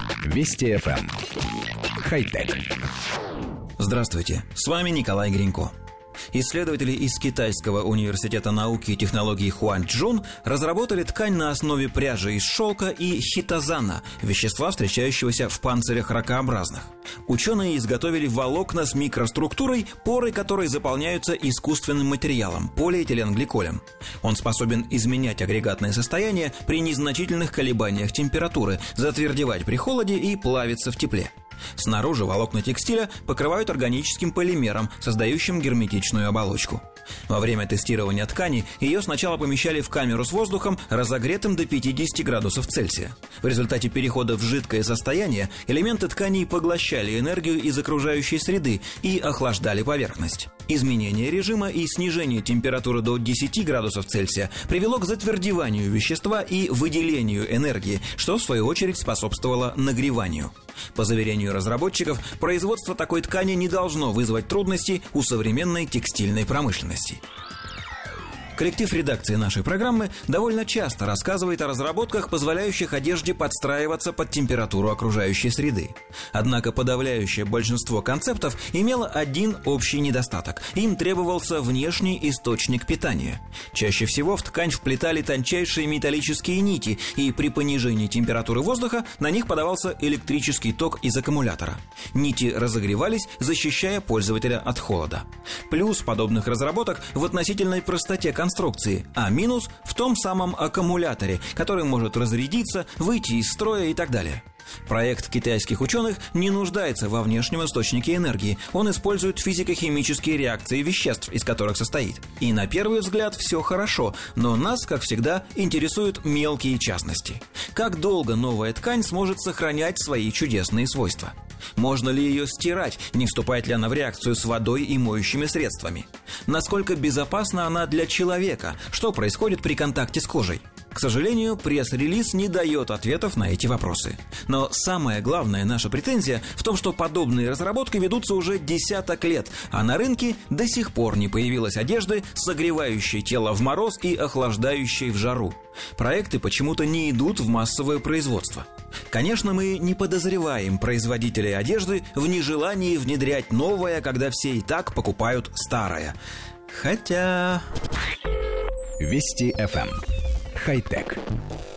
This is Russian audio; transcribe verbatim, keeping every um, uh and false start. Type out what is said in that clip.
Вести эф эм. Хай-тек. Здравствуйте, с вами Николай Гринько. Исследователи из Китайского университета науки и технологий Хуанчжун разработали ткань на основе пряжи из шелка и хитозана, вещества, встречающегося в панцирях ракообразных. Ученые изготовили волокна с микроструктурой, поры которой заполняются искусственным материалом – полиэтиленгликолем. Он способен изменять агрегатное состояние при незначительных колебаниях температуры, затвердевать при холоде и плавиться в тепле. Снаружи волокна текстиля покрывают органическим полимером, создающим герметичную оболочку. Во время тестирования ткани ее сначала помещали в камеру с воздухом, разогретым до пятидесяти градусов Цельсия. В результате перехода в жидкое состояние элементы тканей поглощали энергию из окружающей среды и охлаждали поверхность. Изменение режима и снижение температуры до десяти градусов Цельсия привело к затвердеванию вещества и выделению энергии, что в свою очередь способствовало нагреванию. По заверению разработчиков, производство такой ткани не должно вызвать трудностей у современной текстильной промышленности. Коллектив редакции нашей программы довольно часто рассказывает о разработках, позволяющих одежде подстраиваться под температуру окружающей среды. Однако подавляющее большинство концептов имело один общий недостаток. Им требовался внешний источник питания. Чаще всего в ткань вплетали тончайшие металлические нити, и при понижении температуры воздуха на них подавался электрический ток из аккумулятора. Нити разогревались, защищая пользователя от холода. Плюс подобных разработок в относительной простоте конструкции. конструкции, а минус в том самом аккумуляторе, который может разрядиться, выйти из строя и так далее. Проект китайских ученых не нуждается во внешнем источнике энергии. Он использует физико-химические реакции веществ, из которых состоит. И на первый взгляд все хорошо, но нас, как всегда, интересуют мелкие частности. Как долго новая ткань сможет сохранять свои чудесные свойства? Можно ли ее стирать, не вступает ли она в реакцию с водой и моющими средствами? Насколько безопасна она для человека? Что происходит при контакте с кожей? К сожалению, пресс-релиз не дает ответов на эти вопросы. Но самая главная наша претензия в том, что подобные разработки ведутся уже десяток лет, а на рынке до сих пор не появилась одежды, согревающей тело в мороз и охлаждающей в жару. Проекты почему-то не идут в массовое производство. Конечно, мы не подозреваем производителей одежды в нежелании внедрять новое, когда все и так покупают старое. Хотя... Вести эф эм. Хай-тек.